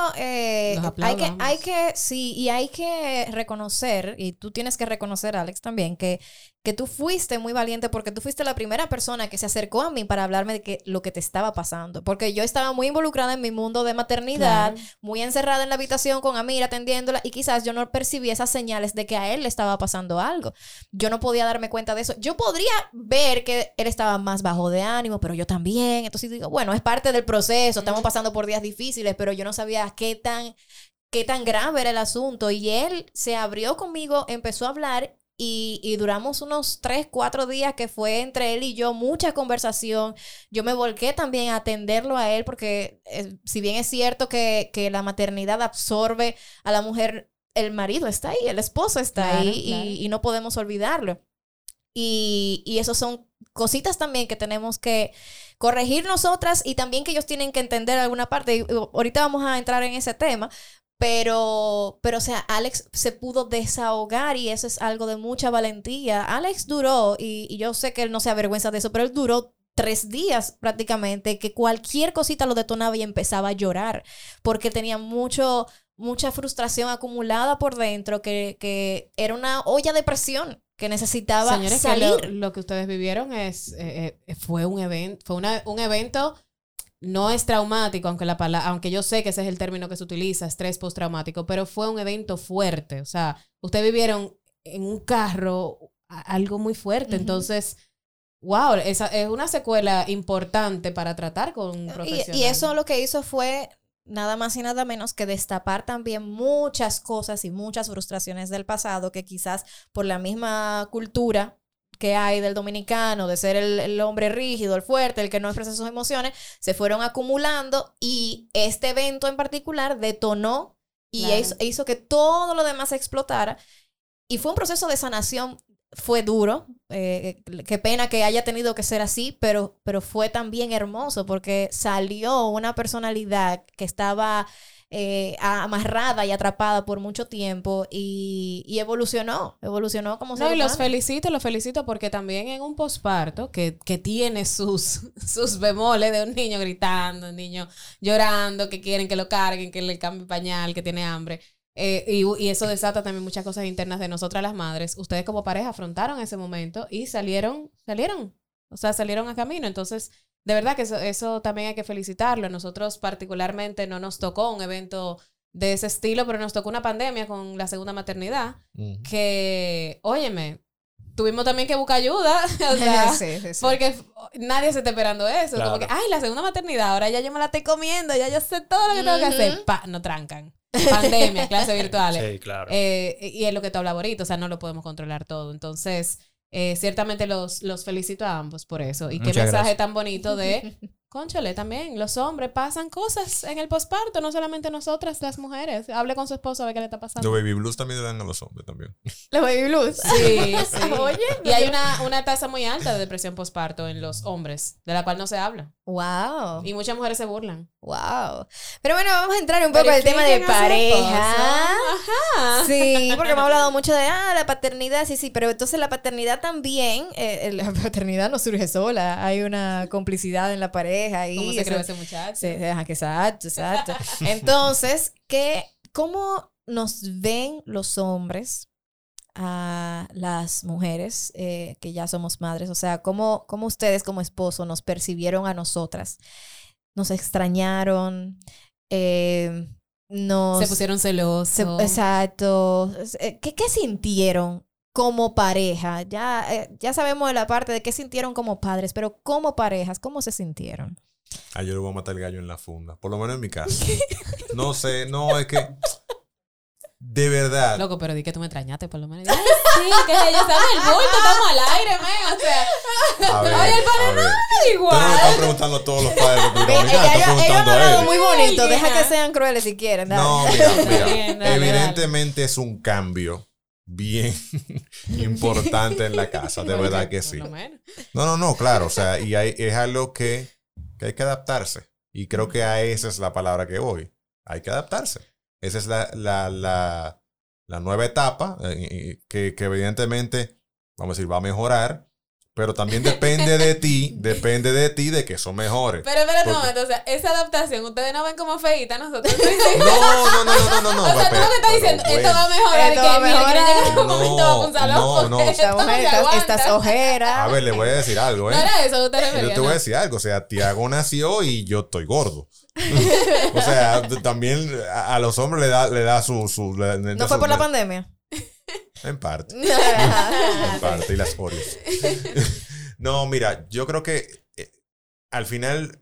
hay que reconocer, y tú tienes que reconocer, Alex, también, que tú fuiste muy valiente porque tú fuiste la primera persona que se acercó a mí para hablarme de lo que te estaba pasando. Porque yo estaba muy involucrada en mi mundo de maternidad, muy encerrada en la habitación con Amir atendiéndola, y quizás yo no percibí esas señales de que a él le estaba pasando algo. Yo no podía darme cuenta de eso. Yo podría ver que él estaba más bajo de ánimo, pero yo también. Entonces digo, bueno, es parte del proceso, estamos pasando por días difíciles, pero yo no sabía qué tan grave era el asunto. Y él se abrió conmigo, empezó a hablar y duramos unos 3-4 días que fue entre él y yo mucha conversación. Yo me volqué también a atenderlo a él porque si bien es cierto que la maternidad absorbe a la mujer, el marido está ahí, el esposo está ahí y no podemos olvidarlo. Y eso son cositas también que tenemos que corregir nosotras y también que ellos tienen que entender alguna parte. Y ahorita vamos a entrar en ese tema, pero o sea, Alex se pudo desahogar y eso es algo de mucha valentía. Alex duró, y yo sé que él no se avergüenza de eso, pero él duró 3 días prácticamente, que cualquier cosita lo detonaba y empezaba a llorar, porque tenía mucha frustración acumulada por dentro, que era una olla de presión que necesitaba Señores, salir. que lo que ustedes vivieron fue un evento, un evento, no es traumático, aunque yo sé que ese es el término que se utiliza, estrés postraumático, pero fue un evento fuerte. O sea, ustedes vivieron en un carro algo muy fuerte, entonces, wow, esa es una secuela importante para tratar con un profesional. Y eso lo que hizo fue nada más y nada menos que destapar también muchas cosas y muchas frustraciones del pasado que quizás por la misma cultura que hay del dominicano, de ser el hombre rígido, el fuerte, el que no expresa sus emociones, se fueron acumulando y este evento en particular detonó y hizo que todo lo demás explotara. Y fue un proceso de sanación. Fue duro, qué pena que haya tenido que ser así, pero fue también hermoso porque salió una personalidad que estaba amarrada y atrapada por mucho tiempo y evolucionó como ser humano. Y los felicito porque también en un posparto que tiene sus bemoles de un niño gritando, un niño llorando, que quieren que lo carguen, que le cambie pañal, que tiene hambre. Y eso desata también muchas cosas internas de nosotras las madres. Ustedes como pareja afrontaron ese momento y salieron a camino. Entonces, de verdad que eso también hay que felicitarlo. Nosotros particularmente no nos tocó un evento de ese estilo, pero nos tocó una pandemia con la segunda maternidad que, óyeme, tuvimos también que buscar ayuda, o sea, sí. Porque nadie se está esperando eso. Claro. Como que, la segunda maternidad, ahora ya yo me la estoy comiendo, ya yo sé todo lo que tengo que hacer. No trancan. Pandemia, clases virtuales. Sí, claro. Y es lo que tú hablabas ahorita, o sea, no lo podemos controlar todo. Entonces, ciertamente los felicito a ambos por eso. Y qué mensaje tan bonito de, cónchale, también los hombres pasan cosas en el posparto, no solamente nosotras, las mujeres. Hable con su esposo a ver qué le está pasando. Los baby blues también le dan a los hombres también. Los baby blues. Sí. Oye. Y hay una tasa muy alta de depresión posparto en los hombres, de la cual no se habla. Wow. Y muchas mujeres se burlan. Wow. Pero bueno, vamos a entrar un poco en el tema de pareja. Ajá. Sí, porque hemos hablado mucho de la paternidad, sí, pero entonces la paternidad también, la paternidad no surge sola, hay una complicidad en la pareja ahí. ¿Cómo se creó ese muchacho? Sí, exacto. Entonces, ¿cómo nos ven los hombres a las mujeres que ya somos madres? O sea, ¿cómo ustedes como esposo nos percibieron a nosotras? ¿Nos extrañaron? Se pusieron celosos. Exacto. ¿Qué sintieron como pareja? Ya sabemos de la parte de qué sintieron como padres, pero como parejas, ¿cómo se sintieron? Yo le voy a matar el gallo en la funda. Por lo menos en mi casa. No sé, es que... De verdad. Loco, pero di que tú me extrañaste por lo menos. Ay, sí, que ya estamos en el bulto, estamos al aire, o sea. Oye, el padre no igual. Tú no me estás preguntando a todos los padres. Ellos han hablado muy bonito. Deja que sean crueles si quieren. No, mira. Evidentemente es un cambio bien importante en la casa, de verdad que sí. Por lo menos. No, claro, o sea, y es algo que hay que adaptarse. Y creo que a esa es la palabra que voy. Hay que adaptarse. Esa es la nueva etapa que evidentemente, vamos a decir, va a mejorar. Pero también depende de ti de que eso mejore. Pero espérate un Porque- momento, o sea, esa adaptación, ustedes no ven como feita nosotros. No. O sea, tú lo que estás diciendo, esto va a mejorar. Esto que va a mira, mejorar. que llega un momento va a un salón No. porque Esta esto no mujer, se estas aguanta. ojeras. A ver, le voy a decir algo, No ¿eh? era eso que usted Yo refería, te voy a ¿no? decir algo. O sea, Tiago nació y yo estoy gordo. O sea, también a los hombres le da su... ¿No fue por la pandemia? En parte. En parte. Y las Oreos. No, mira, yo creo que al final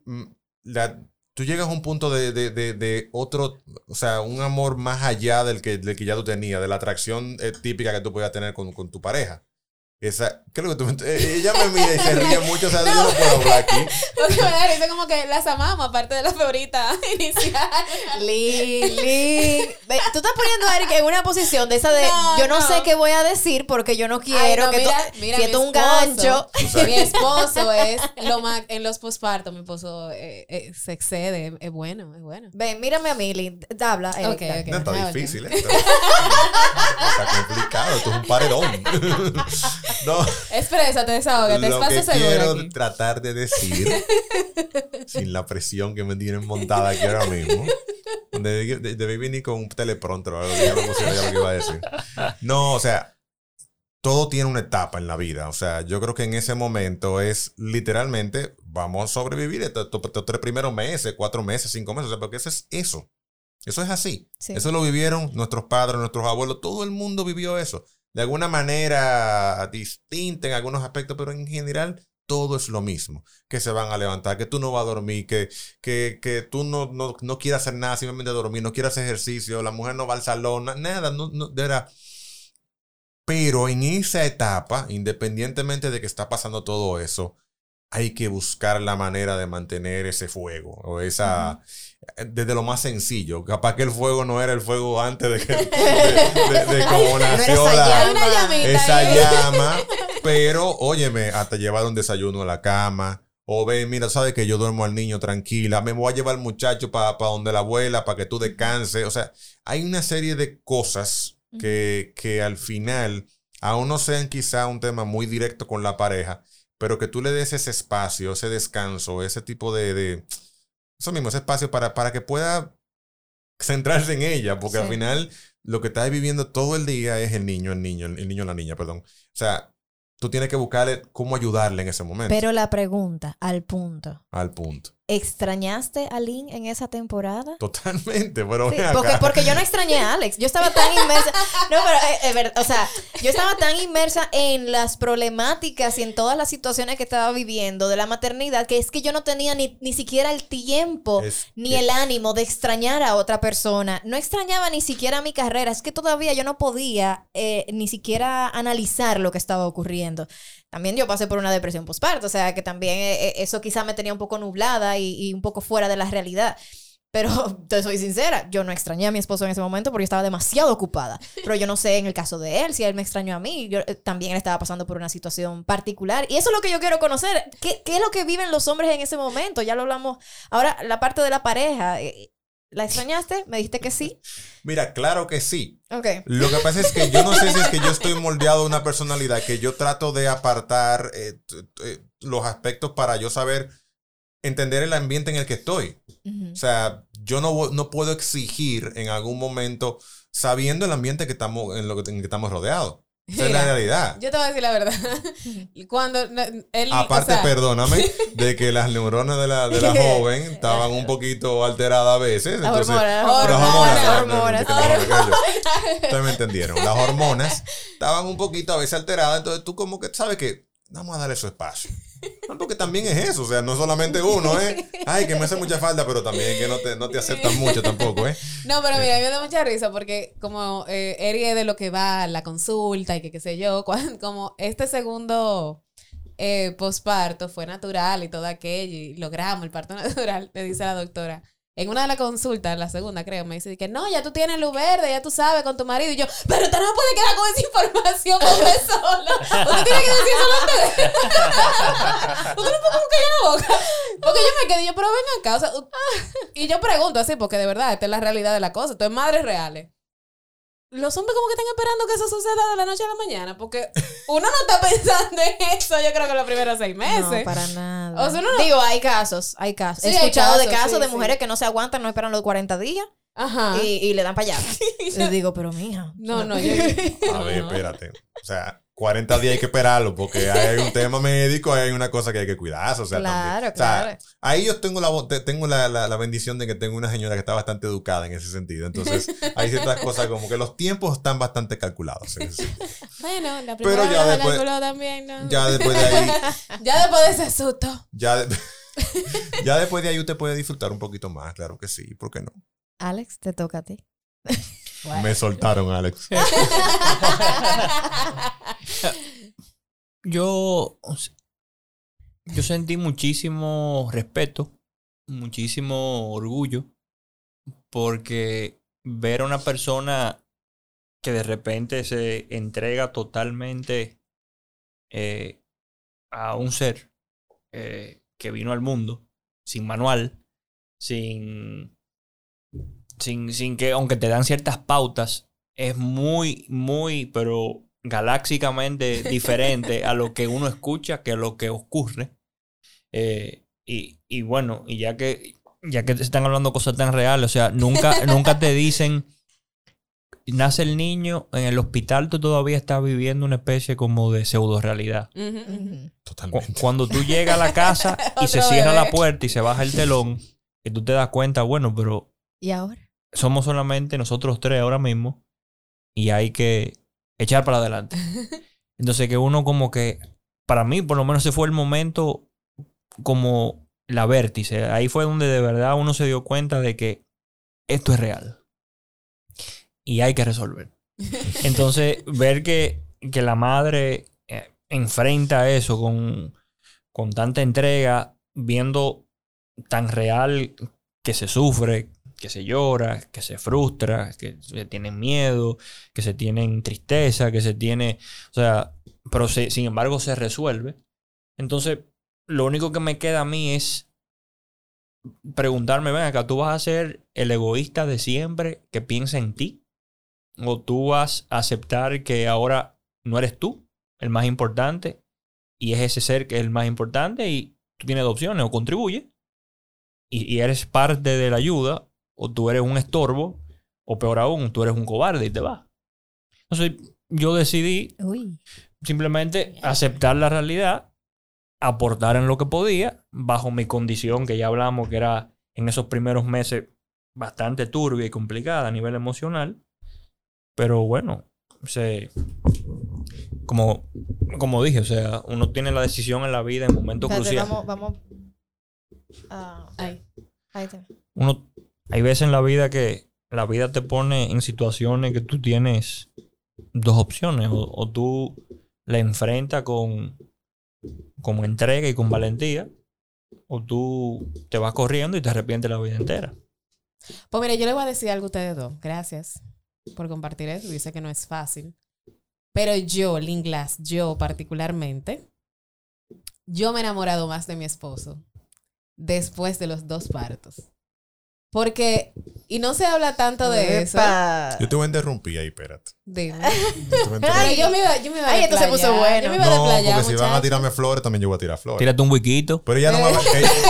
tú llegas a un punto de otro, o sea, un amor más allá del que ya tú tenías, de la atracción típica que tú podías tener con tu pareja. Esa, ¿qué es lo que tú ella me mira y se ríe mucho, o sea, yo no puedo hablar aquí. Porque me da risa como que las amamos, aparte de la favorita inicial. Lili. Tú estás poniendo a Eric en una posición de esa de No, yo no no. sé qué voy a decir porque yo no quiero Ay, no, que mira, si esto es mi un gancho. esposo, mi esposo es lo más, en los pospartos, mi esposo se excede, es bueno, es bueno. Ven, mírame a Mili. Habla, Eric. Ok, dale. ok. No, está Ah, ok. difícil esto. Está complicado, esto es un paredón. No. Exprésate, desahógate, Lo espacio que seguro quiero aquí. tratar de decir, sin la presión que me tienen montada aquí ahora mismo, debí venir con un teleprompter o algo que ya me pusiera ya lo que iba a decir. No, o sea, todo tiene una etapa en la vida. O sea, yo creo que en ese momento es literalmente, vamos a sobrevivir estos 3 primeros meses, 4 meses, 5 meses. O sea, porque eso es eso. Eso es así. Sí. Eso lo vivieron nuestros padres, nuestros abuelos. Todo el mundo vivió eso. De alguna manera distinta en algunos aspectos, pero en general todo es lo mismo. Que se van a levantar, que tú no vas a dormir, que tú no quieras hacer nada, simplemente dormir, no quieras hacer ejercicio, la mujer no va al salón, nada, de verdad. Pero en esa etapa, independientemente de que está pasando todo eso, hay que buscar la manera de mantener ese fuego o esa... Desde lo más sencillo. Capaz que el fuego no era el fuego antes de cómo nació esa llama. Hay una llamita esa ahí. llama. Pero, óyeme, hasta llevar un desayuno a la cama. O ven, mira, sabes que yo duermo al niño tranquila. Me voy a llevar al muchacho para donde la abuela, para que tú descanses. O sea, hay una serie de cosas que al final, aún no sean quizá un tema muy directo con la pareja, pero que tú le des ese espacio, ese descanso, ese tipo de eso mismo, ese espacio para que pueda centrarse en ella, porque Sí. al final lo que estás viviendo todo el día es el niño, la niña, perdón. O sea, tú tienes que buscarle cómo ayudarle en ese momento. Pero la pregunta, al punto. Al punto. ¿Extrañaste a Lynn en esa temporada? Totalmente, pero Sí, ven acá. porque yo no extrañé a Alex. Yo estaba tan inmersa. No, pero o sea, yo estaba tan inmersa en las problemáticas y en todas las situaciones que estaba viviendo de la maternidad que es que yo no tenía ni siquiera el tiempo Es ni que- el ánimo de extrañar a otra persona. No extrañaba ni siquiera mi carrera. Es que todavía yo no podía ni siquiera analizar lo que estaba ocurriendo. También yo pasé por una depresión postparto, o sea que también eso quizá me tenía un poco nublada y un poco fuera de la realidad. Pero te soy sincera, yo no extrañé a mi esposo en ese momento porque estaba demasiado ocupada. Pero yo no sé en el caso de él, si él me extrañó a mí. Yo también él estaba pasando por una situación particular. Y eso es lo que yo quiero conocer. ¿Qué es lo que viven los hombres en ese momento? Ya lo hablamos. Ahora, la parte de la pareja. ¿La extrañaste? ¿Me dijiste que sí? Mira, claro que sí. Ok. Lo que pasa es que yo no sé si es que yo estoy moldeado de una personalidad que yo trato de apartar los aspectos para yo saber entender el ambiente en el que estoy. Ujú. O sea, yo no puedo exigir en algún momento sabiendo el ambiente que estamos, en el que estamos rodeados. Esa es la Mira, realidad. Yo te voy a decir la verdad. Cuando él, Aparte, o sea, perdóname, de que las neuronas de la joven estaban un poquito alteradas a veces. Las Entonces, hormonas, las hormonas. Ustedes me entendieron. Las hormonas estaban un poquito a veces alteradas. Entonces tú como que sabes que vamos a darle su espacio. No, porque también es eso. O sea, no solamente uno, ay, que me hace mucha falta, pero también que no te aceptan mucho tampoco, No, pero mira, a mí me da mucha risa porque como Eri es de lo que va a la consulta y que qué sé yo, como este segundo posparto fue natural y todo aquello y logramos el parto natural, le dice la doctora, En una de las consultas, la segunda creo, me dice que no, ya tú tienes luz verde, ya tú sabes con tu marido. Y yo, pero usted no puede quedar con esa información usted sola. Usted tiene que decir solo usted. Usted no puede como callar la boca. Porque yo me quedé, yo, pero ven acá. O sea, y yo pregunto así, porque de verdad, esta es la realidad de la cosa. Esto es madres reales. Los hombres como que están esperando que eso suceda de la noche a la mañana, porque uno no está pensando en eso, yo creo que los primeros 6 meses. No, para nada. O sea, uno no... Digo, hay casos. Sí, He escuchado hay de casos sí, de sí. mujeres que no se aguantan, no esperan los 40 días Ajá. y le dan para allá. Les digo, pero mija. No, yo... A ver, espérate. O sea, 40 días hay que esperarlo porque hay un tema médico, hay una cosa que hay que cuidarse. O sea, Claro, también. O sea, claro. ahí yo tengo la bendición de que tengo una señora que está bastante educada en ese sentido. Entonces, hay ciertas cosas como que los tiempos están bastante calculados. En ese sentido. Bueno, la Pero primera ya vez después- calculó también, ¿no? Ya después de ahí, Ya después de ese susto. ya después de ahí usted puede disfrutar un poquito más, claro que sí, ¿por qué no? Alex, te toca a ti. Me soltaron, Alex. Yo sentí muchísimo respeto, muchísimo orgullo, porque ver a una persona que de repente se entrega totalmente a un ser que vino al mundo sin manual, sin que, aunque te dan ciertas pautas, es muy, muy, pero galácticamente diferente a lo que uno escucha que a lo que ocurre. Y bueno, y ya que se están hablando cosas tan reales, o sea, nunca te dicen, nace el niño, en el hospital tú todavía estás viviendo una especie como de pseudo realidad. Totalmente. Cuando tú llegas a la casa y se Otro cierra bebé. la puerta y se baja el telón, que tú te das cuenta, bueno, pero ¿Y ahora? somos solamente nosotros 3 ahora mismo y hay que echar para adelante. Entonces que uno como que, para mí por lo menos ese fue el momento como la vértice. Ahí fue donde de verdad uno se dio cuenta de que esto es real y hay que resolver. Entonces ver que la madre enfrenta eso con tanta entrega, viendo tan real que se sufre, que se llora, que se frustra, que se tienen miedo, que se tienen tristeza, que se tiene... O sea, pero sin embargo se resuelve. Entonces, lo único que me queda a mí es preguntarme, ven acá, ¿tú vas a ser el egoísta de siempre que piensa en ti? ¿O tú vas a aceptar que ahora no eres tú el más importante y es ese ser que es el más importante y tú tienes 2 opciones, o contribuye y eres parte de la ayuda, o tú eres un estorbo, o peor aún, tú eres un cobarde y te vas? Entonces yo decidí Uy. simplemente aceptar la realidad, aportar en lo que podía, bajo mi condición que ya hablamos, que era en esos primeros meses bastante turbia y complicada a nivel emocional. Pero bueno, como dije, o sea, uno tiene la decisión en la vida en momentos Espérate, cruciales. vamos. Ahí está. Hay veces en la vida que la vida te pone en situaciones que tú tienes 2 opciones. O tú la enfrentas con entrega y con valentía, o tú te vas corriendo y te arrepientes la vida entera. Pues mire, yo le voy a decir algo a ustedes dos. Gracias por compartir eso. Yo sé que no es fácil. Pero yo, Lynn Glass, yo particularmente, yo me he enamorado más de mi esposo después de los 2 partos. Porque, y no se habla tanto de eso. Epa. Yo te voy a interrumpir ahí, espérate. Dime. Yo te voy a interrumpir. Pero yo me iba Ay, de esto se playa. puso bueno. Yo me iba de No, playa, porque si van a muchacho. tirarme flores, también yo voy a tirar flores. Tírate un wikito. Pero ella no me va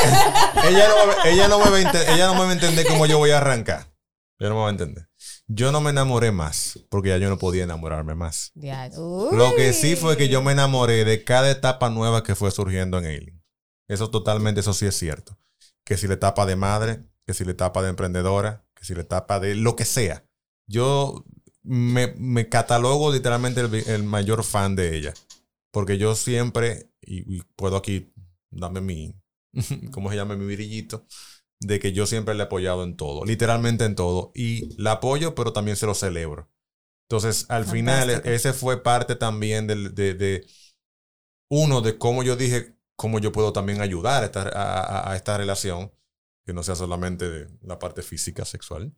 a entender cómo yo voy a arrancar. Ella no me va a entender. Yo no me enamoré más, porque ya yo no podía enamorarme más. Diacho. Lo que sí fue que yo me enamoré de cada etapa nueva que fue surgiendo en Aileen. Eso sí es cierto. Que si la etapa de madre, que si la etapa de emprendedora, que si la etapa de lo que sea. Yo me catalogo literalmente el mayor fan de ella. Porque yo siempre, y puedo aquí darme mi, ¿cómo se llama? Mi virillito, de que yo siempre le he apoyado en todo, literalmente en todo. Y la apoyo, pero también se lo celebro. Entonces, al final, ese fue parte también de cómo yo dije, cómo yo puedo también ayudar a esta relación. que no sea solamente de la parte física, sexual,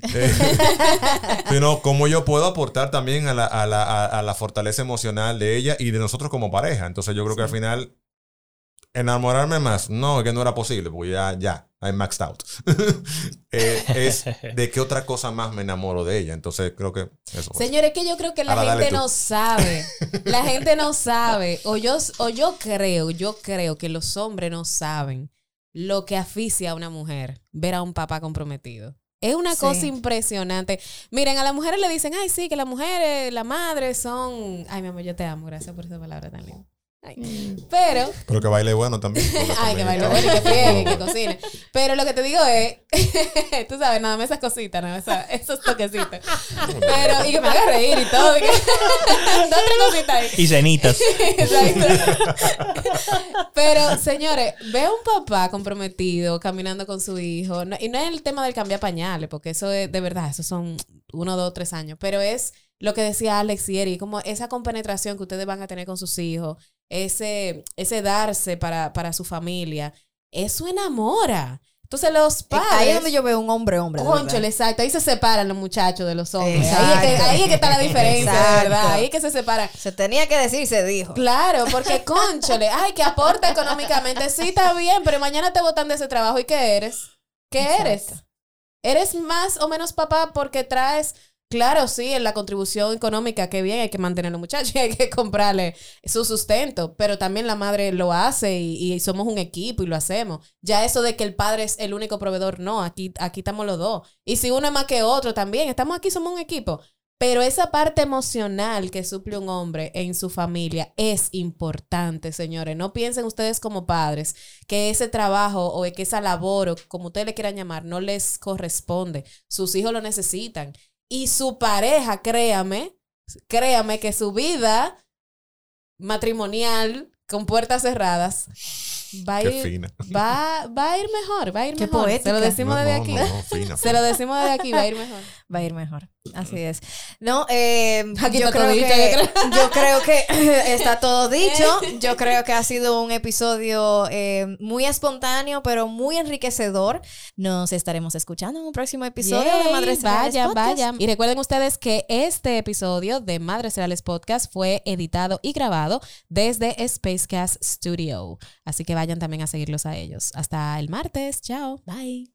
sino cómo yo puedo aportar también a la fortaleza emocional de ella y de nosotros como pareja. Entonces yo creo que al final, enamorarme más, no, que no era posible, porque ya, I'm maxed out. Es de qué otra cosa más me enamoro de ella. Entonces creo que eso. Señores, que yo creo que la gente no sabe. La gente no sabe. O yo creo que los hombres no saben lo que asfixia a una mujer ver a un papá comprometido. Es una cosa impresionante. Miren, a las mujeres le dicen, ay, sí, que las mujeres, la madre son... Ay, mi amor, yo te amo. Gracias por esa palabra tan linda. Pero que baile bueno también. Ay, que baile bueno, que friegue, que cocine. Pero lo que te digo es, tú sabes, nada más esas cositas, esos toquecitos. Pero, y que me haga reír y todo. Dos, tres cositas ahí. Y cenitas. Pero, señores, ve a un papá comprometido caminando con su hijo. Y no es el tema del cambiar pañales, porque eso es, de verdad, esos son 1, 2, 3 años. Pero es lo que decía Alex y Eri, como esa compenetración que ustedes van a tener con sus hijos, ese darse para su familia, eso enamora. Entonces los padres... Ahí es donde yo veo un hombre. Cónchale, exacto. Ahí se separan los muchachos de los hombres. Ahí es que está la diferencia, de verdad. Ahí es que se separan. Se tenía que decir y se dijo. Claro, porque cónchale, que aporta económicamente. Sí, está bien, pero mañana te botan de ese trabajo. ¿Y qué eres? ¿Qué eres? ¿Eres más o menos papá porque traes... Claro, sí, en la contribución económica, qué bien, hay que mantener a los muchachos y hay que comprarle su sustento, pero también la madre lo hace y somos un equipo y lo hacemos. Ya eso de que el padre es el único proveedor, no, aquí estamos los dos. Y si uno es más que otro también, estamos aquí, somos un equipo. Pero esa parte emocional que suple un hombre en su familia es importante, señores. No piensen ustedes como padres que ese trabajo o que esa labor, o como ustedes le quieran llamar, no les corresponde. Sus hijos lo necesitan. Y su pareja, créame que su vida matrimonial con puertas cerradas va a ir mejor, Qué poética. Se lo decimos desde aquí. Se lo decimos desde aquí, va a ir mejor. Va a ir mejor. Así es. No, Aquí yo creo que está todo dicho. Yo creo que ha sido un episodio muy espontáneo, pero muy enriquecedor. Nos estaremos escuchando en un próximo episodio de Madres Reales Podcast. Vayan. Y recuerden ustedes que este episodio de Madres Reales Podcast fue editado y grabado desde Spacecast Studio. Así que vayan también a seguirlos a ellos. Hasta el martes. Chao. Bye.